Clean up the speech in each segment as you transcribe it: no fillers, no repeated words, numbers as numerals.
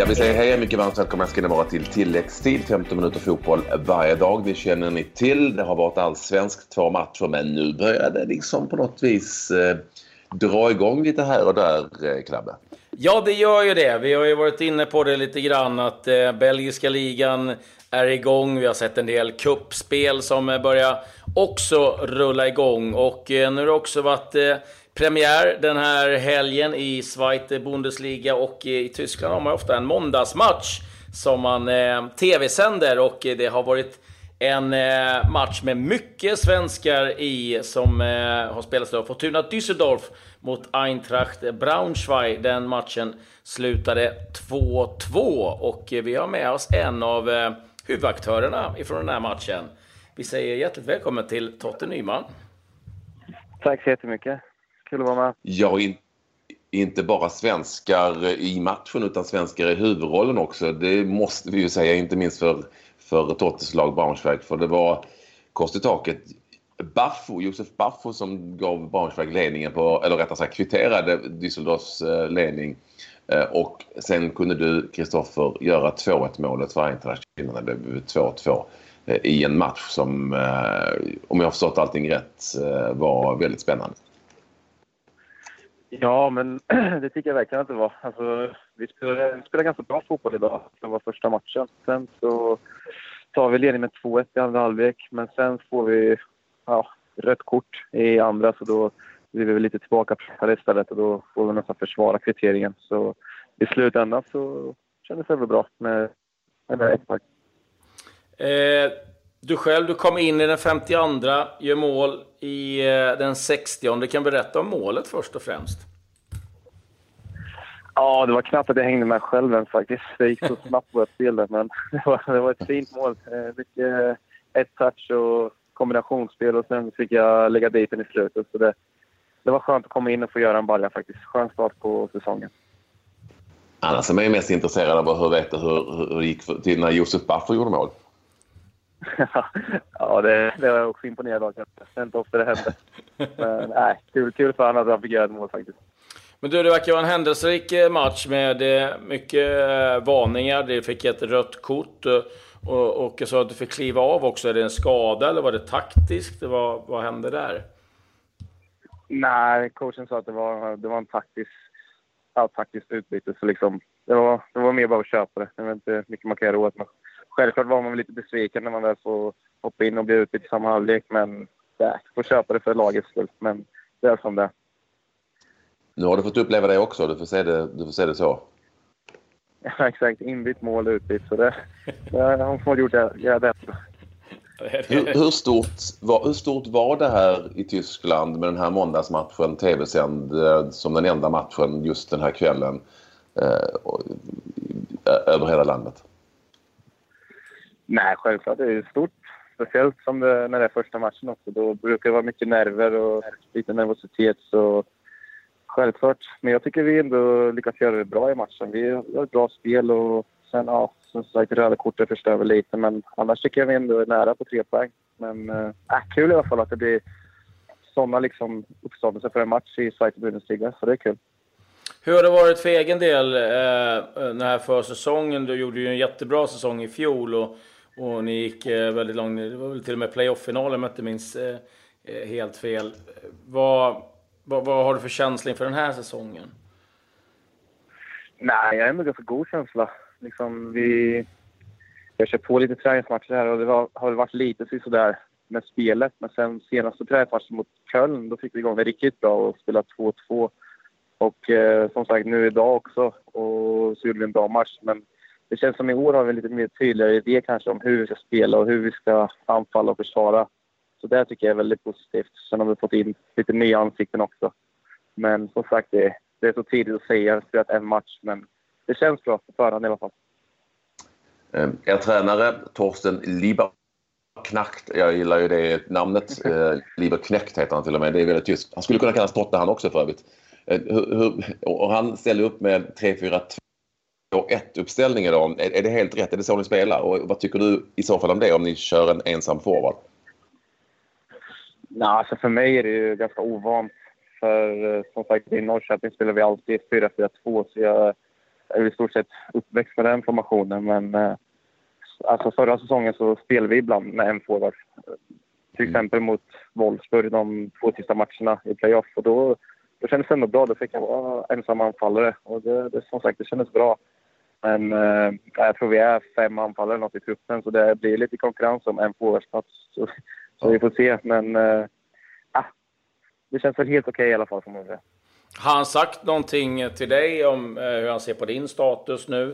Vi säger hej, mycket varmt välkomna ska ni vara till tilläggstid, 15 minuter fotboll varje dag. Det känner ni till, det har varit allsvenskt 2 matcher, men nu börjar det liksom på något vis dra igång lite här och där, Klabbe. Ja, det gör ju det. Vi har ju varit inne på det lite grann att belgiska ligan är igång. Vi har sett en del kuppspel som börjar också rulla igång. Och nu har det också varit premiär den här helgen i Zweite Bundesliga, och i Tyskland har man ofta en måndagsmatch som man tv-sänder, och det har varit en match med mycket svenskar i som har spelats då. Fortuna Düsseldorf mot Eintracht Braunschweig. Den matchen slutade 2-2, och vi har med oss en av huvudaktörerna ifrån den här matchen. Vi säger hjärtligt välkommen till Totte Nyman. Tack så jättemycket. Kul att vara med. Ja, inte bara svenskar i matchen utan svenskar i huvudrollen också. Det måste vi ju säga, inte minst för Tottes lag Braunschweig. För det var kors i taket. Josef Baffo som gav Braunschweig ledningen på, eller rättare sagt kvitterade Düsseldorfs ledning. Och sen kunde du, Kristoffer, göra 2-1 målet för Eintracht innan det blev 2-2 i en match som, om jag har förstått allting rätt, var väldigt spännande. Ja, men det tycker jag verkligen att det var. Alltså, vi spelar ganska bra fotboll idag. Det var första matchen. Sen så tar vi ledning med 2-1 i andra halvlek. Men sen får vi rött kort i andra, så då blir vi lite tillbaka istället, och då får vi nästan försvara kvitteringen. Så i slutändan så kändes det väl bra med ett pack. Du kom in i den 52, gör mål i den 60. Du kan berätta om målet först och främst. Ja, det var knappt att jag hängde med själv än faktiskt. Det gick så snabbt på ett spel där, men det var ett fint mål. Mycket ett touch och kombinationsspel, och sen fick jag lägga dit den i slutet. Så det var skönt att komma in och få göra en balja faktiskt. Skön start på säsongen. Annars är man ju mest intresserad av hur det gick till när Josef Baffo gjorde mål. Ja, det var jag också imponerad av. Det är inte ofta det händer. Men nej, kul för honom att han fick göra ett mål faktiskt. Men det verkar vara en händelserik match med mycket varningar. Det fick ett rött kort, och så att du fick kliva av också. Är det en skada eller var det taktiskt? Vad hände där? Nej, coachen sa att det var en taktiskt utbyte. Så liksom, det var mer bara att köpa det. Det var inte mycket man kan göra åt. Men självklart var man väl lite besviken när man väl får hoppa in och bli utbytt i samma halvlek. Men får köpa det för lagets skull. Men det är som det. Nu har du fått uppleva det också. Du får se det så. Ja, exakt. Inbytt mål utbytt. Så det har hon fått gjort det. Hur stort var det här i Tyskland med den här måndagsmatchen tv-sänd som den enda matchen just den här kvällen över hela landet? Nej, självklart. Det är stort. Speciellt som när det är första matchen också. Då brukar det vara mycket nerver och lite nervositet. Så självklart. Men jag tycker vi ändå lyckas göra det bra i matchen. Vi har ett bra spel, och sen som sagt röda kortet förstör väl lite. Men annars tycker jag vi ändå är nära på 3 poäng. Men kul i alla fall att det blir sådana liksom uppståndelser för en match i Zweite Bundesliga. Så det är kul. Hur har det varit för egen del den här försäsongen? Du gjorde ju en jättebra säsong i fjol, och ni gick väldigt långt. Det var väl till och med playoff-finalen om jag inte minns helt fel. Vad har du för känsla inför den här säsongen? Nej, jag är en ganska god känsla. Liksom jag kör på lite träningsmatcher här, och det har varit lite sådär med spelet. Men sen senaste träningsmatchen mot Köln, då fick vi igång det riktigt bra och spela 2-2. Och som sagt nu idag också, och så gjorde vi en bra match. Men det känns som i år har vi lite mer tydligare idé kanske om hur vi ska spela och hur vi ska anfalla och försvara. Så det tycker jag är väldigt positivt. Sen har vi fått in lite nya ansikten också. Men som sagt, det är så tidigt att säga. Jag har spelat en match, men det känns bra på förhand i alla fall. Er tränare, Torsten Lieberknecht, jag gillar ju det namnet. Lieberknecht heter han till och med. Det är väldigt tyst. Han skulle kunna kallas Totte han också för övrigt. Och han ställer upp med 3-4-2-1-uppställningen då. Är det helt rätt? Är det så ni spelar? Och vad tycker du i så fall om det om ni kör en ensam forward? Nej, alltså för mig är det ju ganska ovant. För som sagt i Norrköping spelar vi alltid 4-4-2. Så är i stort sett uppväxt med den formationen. Men alltså förra säsongen så spelade vi ibland med en forward. Till exempel mot Wolfsburg de 2 sista matcherna i playoff. Och då kändes det ändå bra. Då fick jag vara ensam anfallare. Och det som sagt, det kändes bra. Men jag tror vi är 5 anfallare något i truppen. Så det blir lite konkurrens om en forwardsplats. Så vi får se. Men det känns väl helt okej i alla fall. Har han sagt någonting till dig om hur han ser på din status nu?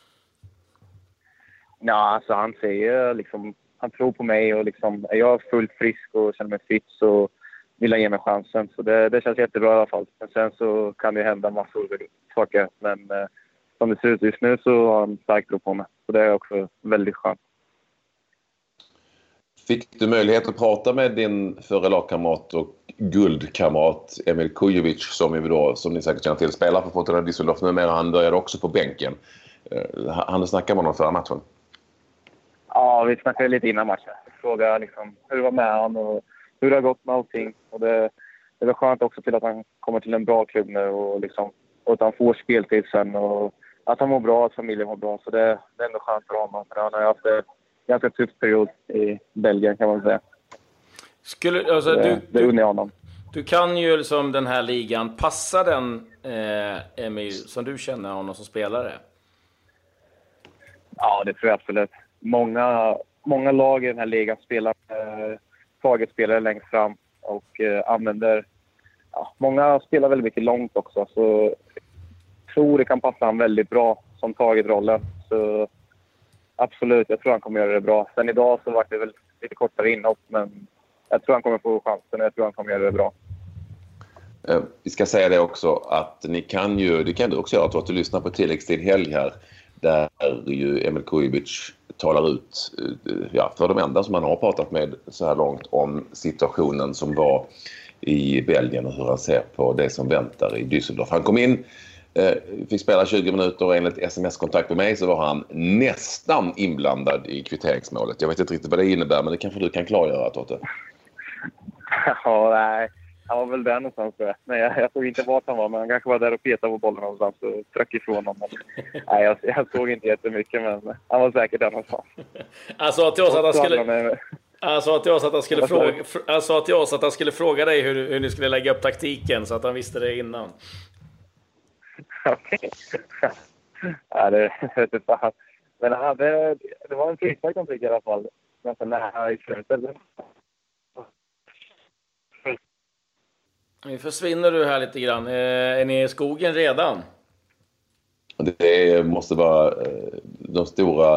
Ja, alltså han säger liksom, han tror på mig och liksom, är jag fullt frisk och känner mig fit så vill han ge mig chansen. Så det känns jättebra i alla fall. Men sen så kan det hända massor av saker. Men som det ser ut just nu så har han starkt tro på mig. Så det är också väldigt skönt. Fick du möjlighet att prata med din förre lagkamrat och guldkamrat Emil Kujovic som ni säkert känner till spelar för Fortuna Düsseldorf numera. Han började också på bänken. Han snackade med honom förra matchen. Ja, vi snackade lite innan matchen. Frågade liksom hur det var med honom och hur det har gått med allting. Och det var skönt också till att han kommer till en bra klubb nu och att han får speltid sen och att han mår bra, att familjen mår bra. Så det är ändå skönt för honom. För han har haft en ganska tuff period i Belgien kan man säga. Det unnar jag honom. Du kan ju liksom den här ligan passa den Emil som du känner honom som spelare. Ja, det tror jag absolut. Många lag i den här ligan spelar targetspelare längst fram och använder... Ja, många spelar väldigt mycket långt också, så jag tror det kan passa han väldigt bra som targetrollen. Så absolut, jag tror han kommer göra det bra. Sen idag så var det väl lite kortare inhopp, men jag tror han kommer få chansen och jag tror han kommer göra det bra. Vi ska säga det också att det kan du också göra att du lyssnar på tilläggstid helg här där ju Emil Kujovic talar ut för de enda som man har pratat med så här långt om situationen som var i Belgien och hur han ser på det som väntar i Düsseldorf. Han kom in, fick spela 20 minuter och enligt sms-kontakt med mig så var han nästan inblandad i kvitteringsmålet. Jag vet inte riktigt vad det innebär, men det kanske du kan klargöra, Totte. Ja, nej. Han var väl där någonstans. Nej, jag såg inte vart han var, men han kanske var där och petade på bollen någonstans och tryck ifrån honom. Nej, jag såg inte jättemycket, men han var säkert där någonstans. Han sa till oss att han skulle fråga dig hur ni skulle lägga upp taktiken så att han visste det innan. Okej. Ja, det vet inte fan. Men det var en frispark han fick i alla fall. Men sen nära i slutet. Nu försvinner du här lite grann. Är ni i skogen redan? Det måste vara de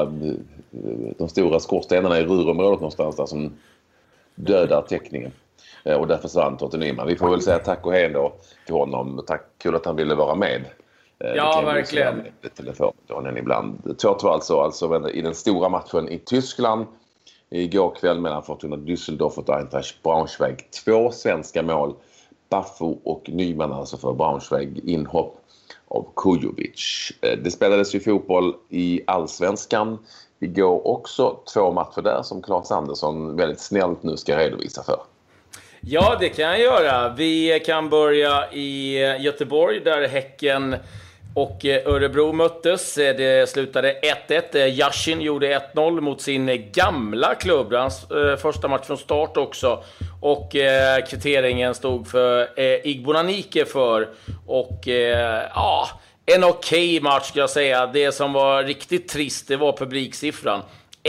stora skorstenarna i Rurområdet någonstans där som dödar täckningen. Och därför försvann Totte Nyman. Vi får väl säga tack och hej då till honom. Tack, kul att han ville vara med. Ja, verkligen. Telefonen ibland. 2-2 alltså i den stora matchen i Tyskland. Igår kväll mellan Fortuna Düsseldorf och Eintracht Braunschweig. 2 svenska mål. Baffo och Nyman alltså för Braunschweig, inhopp av Kujovic. Det spelades ju fotboll i Allsvenskan igår också. 2 matcher där som Claes Andersson väldigt snällt nu ska redovisa för. Ja, det kan jag göra. Vi kan börja i Göteborg där Häcken och Örebro möttes. Det slutade 1-1. Yashin gjorde 1-0 mot sin gamla klubb. Hans första match från start också. Och kvitteringen stod för Igbonanike för. Och en okej match ska jag säga. Det som var riktigt trist, det var publiksiffran.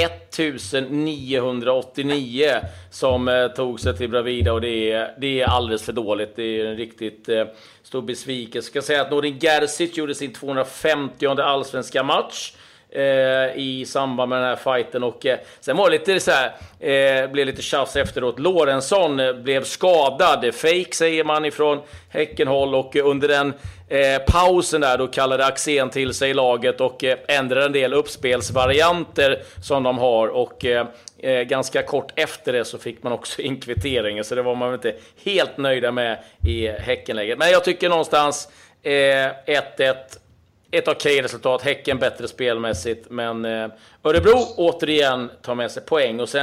1989 som tog sig till Bravida och det är alldeles för dåligt. Det är en riktigt stor besvikelse. Jag ska säga att Nordin Gerzic gjorde sin 250:e allsvenska match i samband med den här fighten och sen var det lite så här blev lite tjafs efteråt. Lorentzon blev skadad, fake säger man ifrån Häckenhåll och under den pausen där då kallade Axén till sig laget och ändrade en del uppspelsvarianter som de har och ganska kort efter det så fick man också inkvitteringen så det var man inte helt nöjda med i Häckenläget. Men jag tycker någonstans 1-1 ett okej resultat, Häcken bättre spelmässigt, men Örebro återigen tar med sig poäng. Och sen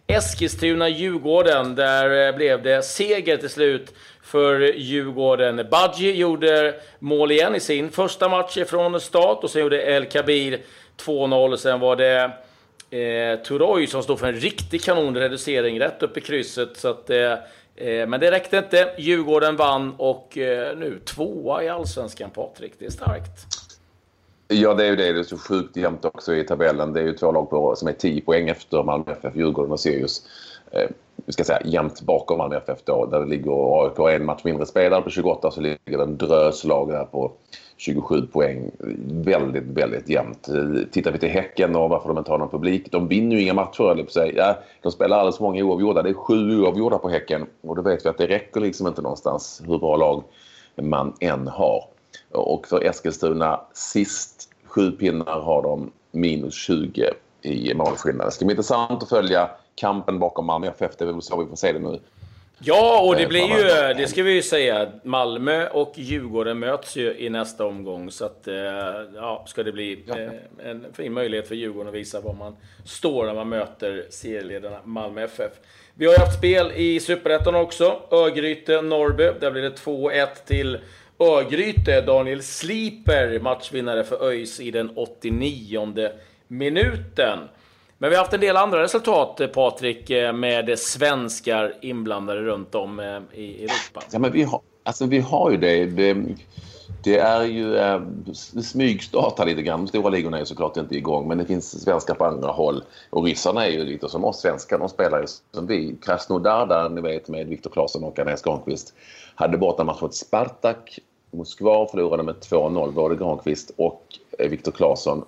Eskilstuna-Djurgården. Där blev det seger till slut för Djurgården. Badji gjorde mål igen i sin första match från start och sen gjorde El Kabir 2-0. Sen var det Turoy som stod för en riktig kanonreducering rätt upp i krysset. Så att, men det räckte inte. Djurgården vann och nu 2:a i Allsvenskan, Patrik. Det är starkt. Ja, det är ju det. Det är så sjukt jämnt också i tabellen. Det är ju 2 lag som är 10 poäng efter Malmö FF, Djurgården och Sirius. Vi ska säga jämnt bakom Malmö FF då. Där det ligger AIK en match mindre spelare på 28, så ligger det en dröslag där på 27 poäng. Väldigt, väldigt jämnt. Tittar vi till Häcken och varför de inte har någon publik. De vinner ju inga matcher, eller på sig. Ja, de spelar alldeles för många oavgjorda. Det är 7 oavgjorda på Häcken. Och då vet vi att det räcker liksom inte någonstans hur bra lag man än har. Och för Eskilstuna, sist 7 pinnar har de minus 20 i målskillnad. Det ska bli intressant att följa kampen bakom Malmö FF. Det är väl så vi får se det nu. Ja, och det blir ju, det ska vi ju säga, Malmö och Djurgården möts ju i nästa omgång. Så att, ja, ska det bli en fin möjlighet för Djurgården att visa var man står när man möter serieledarna Malmö FF. Vi har ju haft spel i Superettan också. Örgryte-Norrby, där blir det 2-1 till Örgryte. Daniel Sliper, matchvinnare för ÖIS i den 89:e minuten. Men vi har haft en del andra resultat, Patrik, med svenskar inblandade runt om i Europa. Ja, men vi har ju det. Det är ju smygstartar lite grann. De stora ligorna är ju såklart inte igång, men det finns svenskar på andra håll. Och ryssarna är ju lite som oss svenskar. De spelar ju som vi. Krasnodar där, ni vet, med Viktor Claesson och Andreas Granqvist, hade borta match mot Spartak. Moskva förlorade med 2-0. Både Granqvist och Viktor Claesson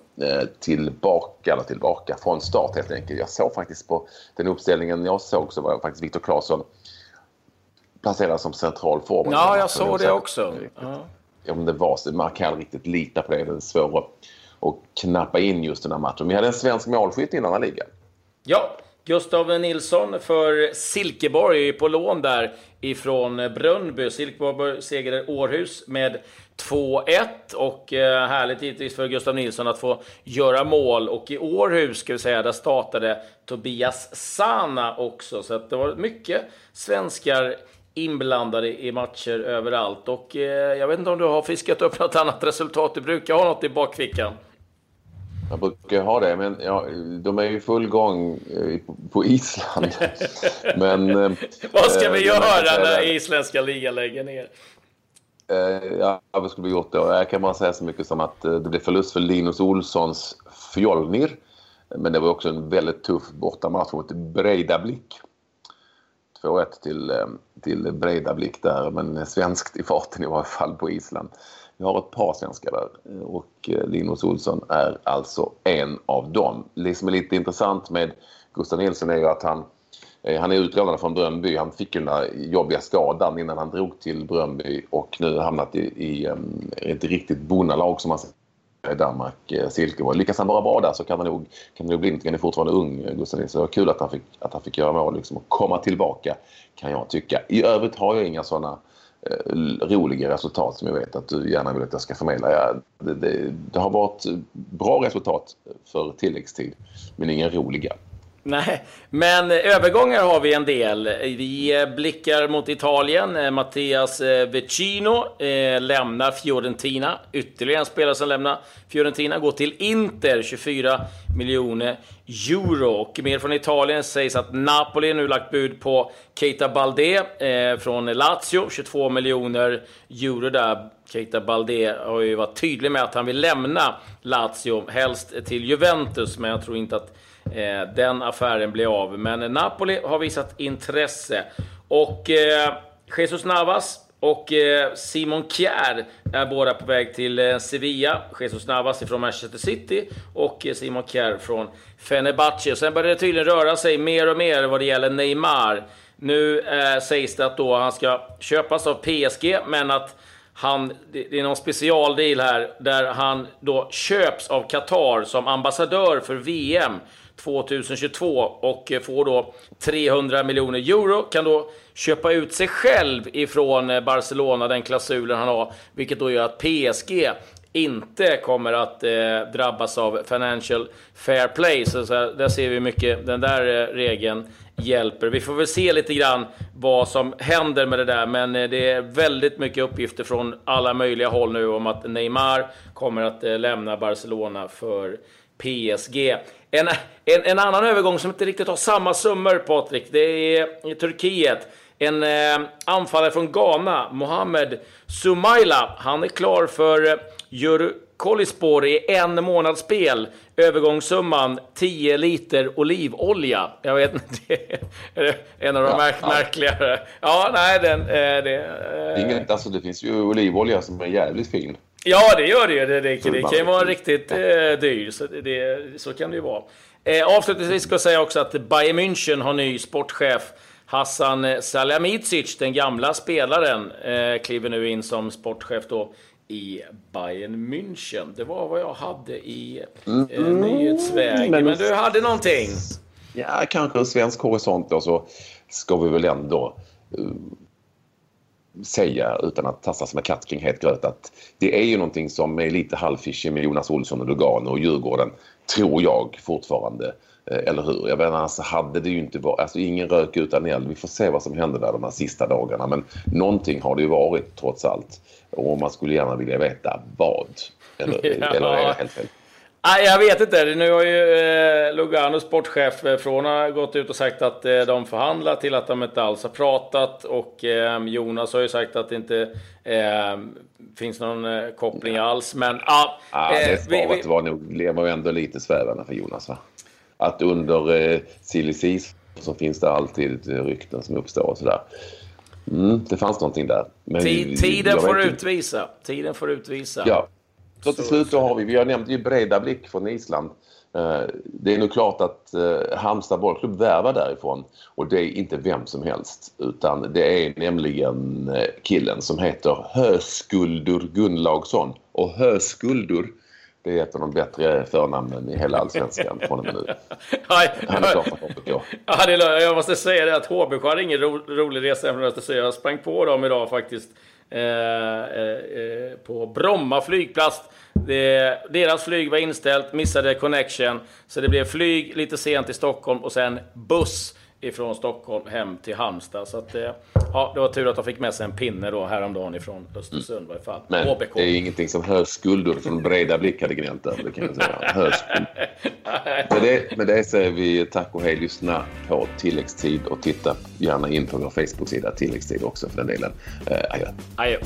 tillbaka från start helt enkelt. Jag såg faktiskt på den uppställningen jag såg, så var faktiskt Viktor Claesson placerad som central forward. Ja, jag såg det också. Ja, men det var så. Man kan riktigt lita på det. Det är svårt att knappa in just den här matchen. Vi hade en svensk målskytt i den här ligan. Ja, Gustav Nilsson för Silkeborg på lån där ifrån Brönnby. Silkeborg segrade Århus med 2-1 och härligt givetvis för Gustav Nilsson att få göra mål. Och i Århus, ska vi säga, där startade Tobias Sana också. Så att det var mycket svenskar inblandade i matcher överallt. Och jag vet inte om du har fiskat upp något annat resultat. Du brukar ha något i bakfickan. Jag brukar ha det, men de är ju full gång på Island. Men vad ska vi göra när isländska ligan lägger ner? Ja, vad skulle vi gjort då? Jag kan bara säga så mycket som att det blev förlust för Linus Olssons Fjolnir. Men det var också en väldigt tuff bortamatch mot Breiðablik. 2-1 till Breiðablik där, men svenskt i farten i varje fall på Island. Vi har ett par svenskar där och Linus Olsson är alltså en av dem. Det som är lite intressant med Gustav Nilsson är ju att han är utlånad från Brönnby. Han fick ju den där jobbiga skadan innan han drog till Brönnby och nu har hamnat i ett riktigt bonnalag som man säger i Danmark, Silkeborg. Lyckas han vara bra där så kan det nog bli inte. Han är fortfarande ung, Gustav Nilsson. Det var kul att han fick göra mål liksom, och komma tillbaka, kan jag tycka. I övrigt har jag inga sådana roliga resultat som jag vet att du gärna vill att jag ska förmedla. Det har varit bra resultat för tilläggstid, men inga roliga. Nej, men övergångar har vi en del. Vi blickar mot Italien. Mattias Vecino lämnar Fiorentina. Ytterligare en spelare som lämnar Fiorentina går till Inter, 24 miljoner euro. Och mer från Italien sägs att Napoli nu lagt bud på Keita Balde från Lazio, 22 miljoner euro där. Keita Balde har ju varit tydlig med att han vill lämna Lazio, helst till Juventus, men jag tror inte att den affären blir av. Men Napoli har visat intresse. Och Jesus Navas och Simon Kjær är båda på väg till Sevilla. Jesus Navas från Manchester City och Simon Kjær från Fenerbahce. Och sen börjar det tydligen röra sig mer och mer vad det gäller Neymar. Nu sägs det att då han ska köpas av PSG, men att det är någon specialdeal här där han då köps av Qatar som ambassadör för VM 2022 och får då 300 miljoner euro, kan då köpa ut sig själv ifrån Barcelona, den klausulen han har, vilket då gör att PSG inte kommer att drabbas av financial fair play. Så där ser vi mycket den där regeln hjälper. Vi får väl se lite grann vad som händer med det där, men det är väldigt mycket uppgifter från alla möjliga håll nu om att Neymar kommer att lämna Barcelona för PSG. En annan övergång som inte riktigt har samma summor, Patrik, det är i Turkiet. En anfallare från Ghana, Mohamed Soumaila, han är klar för Eurokolispor i 1 månads spel. Övergångssumman 10 liter olivolja. Jag vet inte, det är en av de märkligare. Ja, nej, det finns ju olivolja som är jävligt fin. Ja, det gör det. Det kan ju vara riktigt dyr, så kan det ju vara. Avslutningsvis ska jag säga också att Bayern München har ny sportchef. Hassan Salihamidzic, den gamla spelaren, kliver nu in som sportchef då i Bayern München. Det var vad jag hade i nyhetsväg. Men du hade någonting? Ja, kanske en svensk horisont då, så ska vi väl ändå säga, utan att tassa som en katt kring het gröt, att det är ju någonting som är lite halvfischig med Jonas Olsson och Lugano och Djurgården, tror jag fortfarande. Eller hur? Jag vet inte, alltså hade det ju inte varit, alltså ingen rök utan eld. Vi får se vad som händer där de här sista dagarna, men någonting har det ju varit trots allt. Och man skulle gärna vilja veta vad. Eller är det helt fel? Jag vet inte. Nu har ju Lugano, sportchef, har gått ut och sagt att de förhandlar till att de inte alls har pratat. Och Jonas har ju sagt att det inte finns någon koppling alls. Men det svaret var ju ändå lite svävande för Jonas, va? Att under silly season så finns det alltid rykten som uppstår och sådär. Det fanns någonting där. Men Tiden får utvisa. Ja. Så till slut då har vi har nämnt ju Breiðablik från Island. Det är nog klart att Halmstad bollklubb värvar därifrån. Och det är inte vem som helst. Utan det är nämligen killen som heter Höskuldur Gunnlaugsson. Och Höskuldur, det är ett av de bättre förnamnen i hela allsvenskan från och med nu. Han är klart att jag måste säga det att HBK har ingen rolig resa. Jag sprang på dem idag faktiskt. På Bromma flygplats. Deras flyg var inställt, missade connection, så det blev flyg lite sent i Stockholm och sen buss ifrån Stockholm hem till Halmstad. Så att, det var tur att de fick med sig en pinne då häromdagen ifrån Östersund i alla fall. Men HBK. Det är ingenting som Höskuldur från Breiðablik hade gnällt där, det kan jag säga. Höskuldur. Med det säger vi tack och hej, lyssna på Tilläggstid och titta gärna in på vår Facebook-sida Tilläggstid också för den delen. Adjö. Adjö.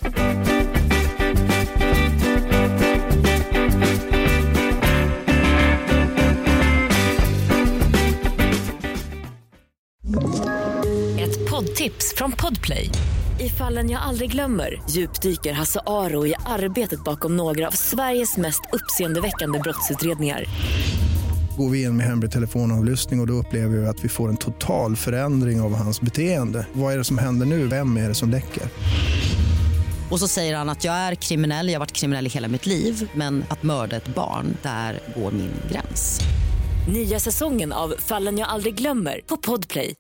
Poddtips från Podplay. I Fallen jag aldrig glömmer djupdyker Hasse Aro i arbetet bakom några av Sveriges mest uppseendeväckande brottsutredningar. Går vi in med hemlig telefonavlyssning och då upplever vi att vi får en total förändring av hans beteende. Vad är det som händer nu? Vem är det som läcker? Och så säger han att jag är kriminell, jag har varit kriminell i hela mitt liv. Men att mörda ett barn, där går min gräns. Nya säsongen av Fallen jag aldrig glömmer på Podplay.